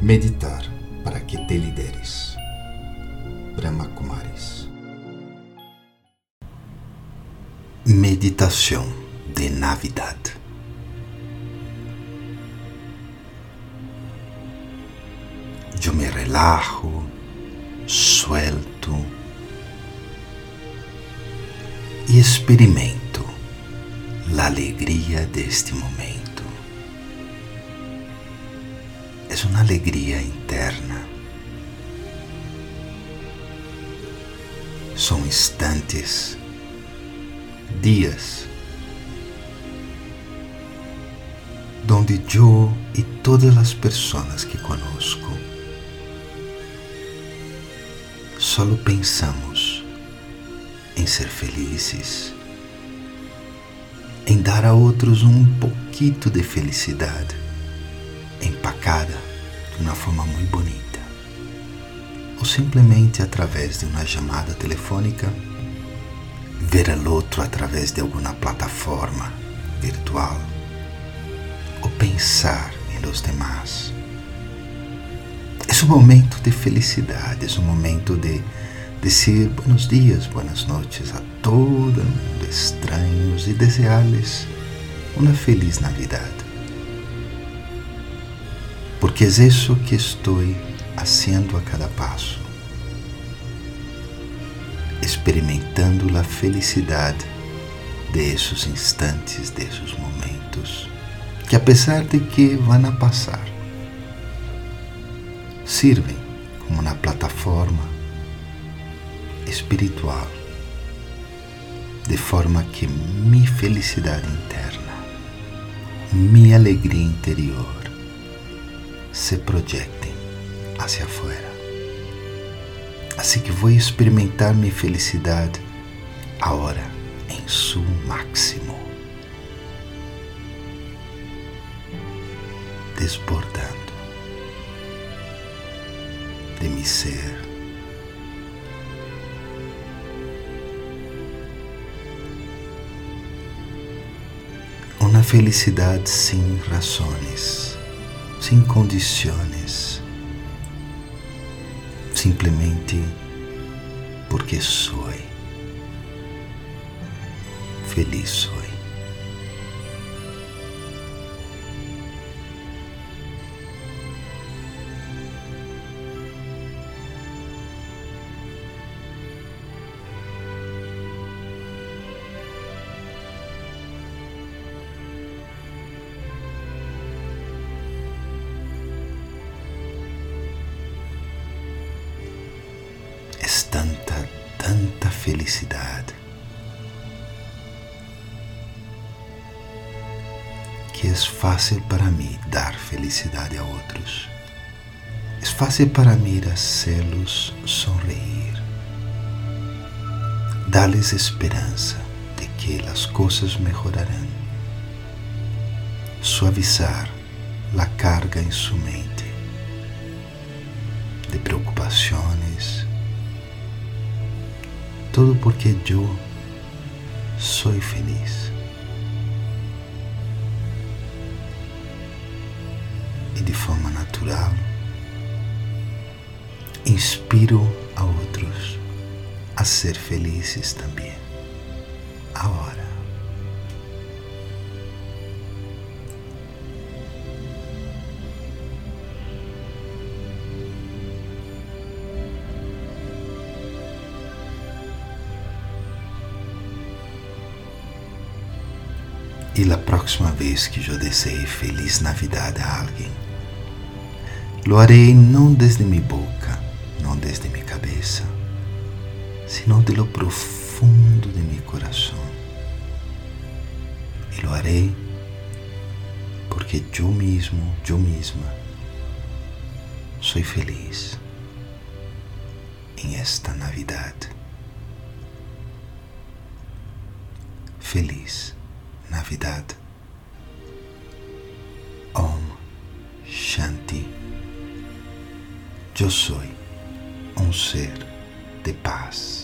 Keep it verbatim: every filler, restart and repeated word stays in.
Meditar para que te lideres. Brahma Kumaris. Meditación de Navidad. Yo me relajo, suelto y experimento la alegría de este momento. Es una alegría interna. Son instantes, días, donde yo y todas las personas que conozco solo pensamos em ser felizes, em dar a outros um pouquinho de felicidade, empacada de uma forma muito bonita, ou simplesmente através de uma chamada telefônica, ver al outro através de alguma plataforma virtual, ou pensar em los demás. É um momento de felicidade, é um momento de dizer buenos dias, buenas noches a todo mundo estranhos e desejar-lhes uma feliz Navidad. Porque é isso que estou fazendo a cada passo, experimentando a felicidade de esses instantes, de esses momentos, que apesar de que vão a passar, sirvem como uma plataforma espiritual, de forma que minha felicidade interna, minha alegria interior se projetem hacia afuera. Assim que vou experimentar minha felicidade agora em seu máximo, desbordando de mi ser, uma felicidade sem razões, sem condições, simplesmente porque sou feliz, sou. Tanta, tanta felicidade que é fácil para mim dar felicidade a outros. É fácil para mim fazê-los sorrir, dar-lhes esperança de que as coisas melhorarão, suavizar a carga em sua mente de preocupações. Tudo porque eu sou feliz. E de forma natural, inspiro a outros a ser felizes também. Agora. E a próxima vez que eu deseje feliz Navidad a alguém, lo harei não desde minha boca, não desde minha cabeça, sino de lo profundo de meu coração. E lo harei porque eu mesmo, eu mesma, sou feliz em esta Navidad. Feliz Navidad. Om Shanti. Eu sou um ser de paz.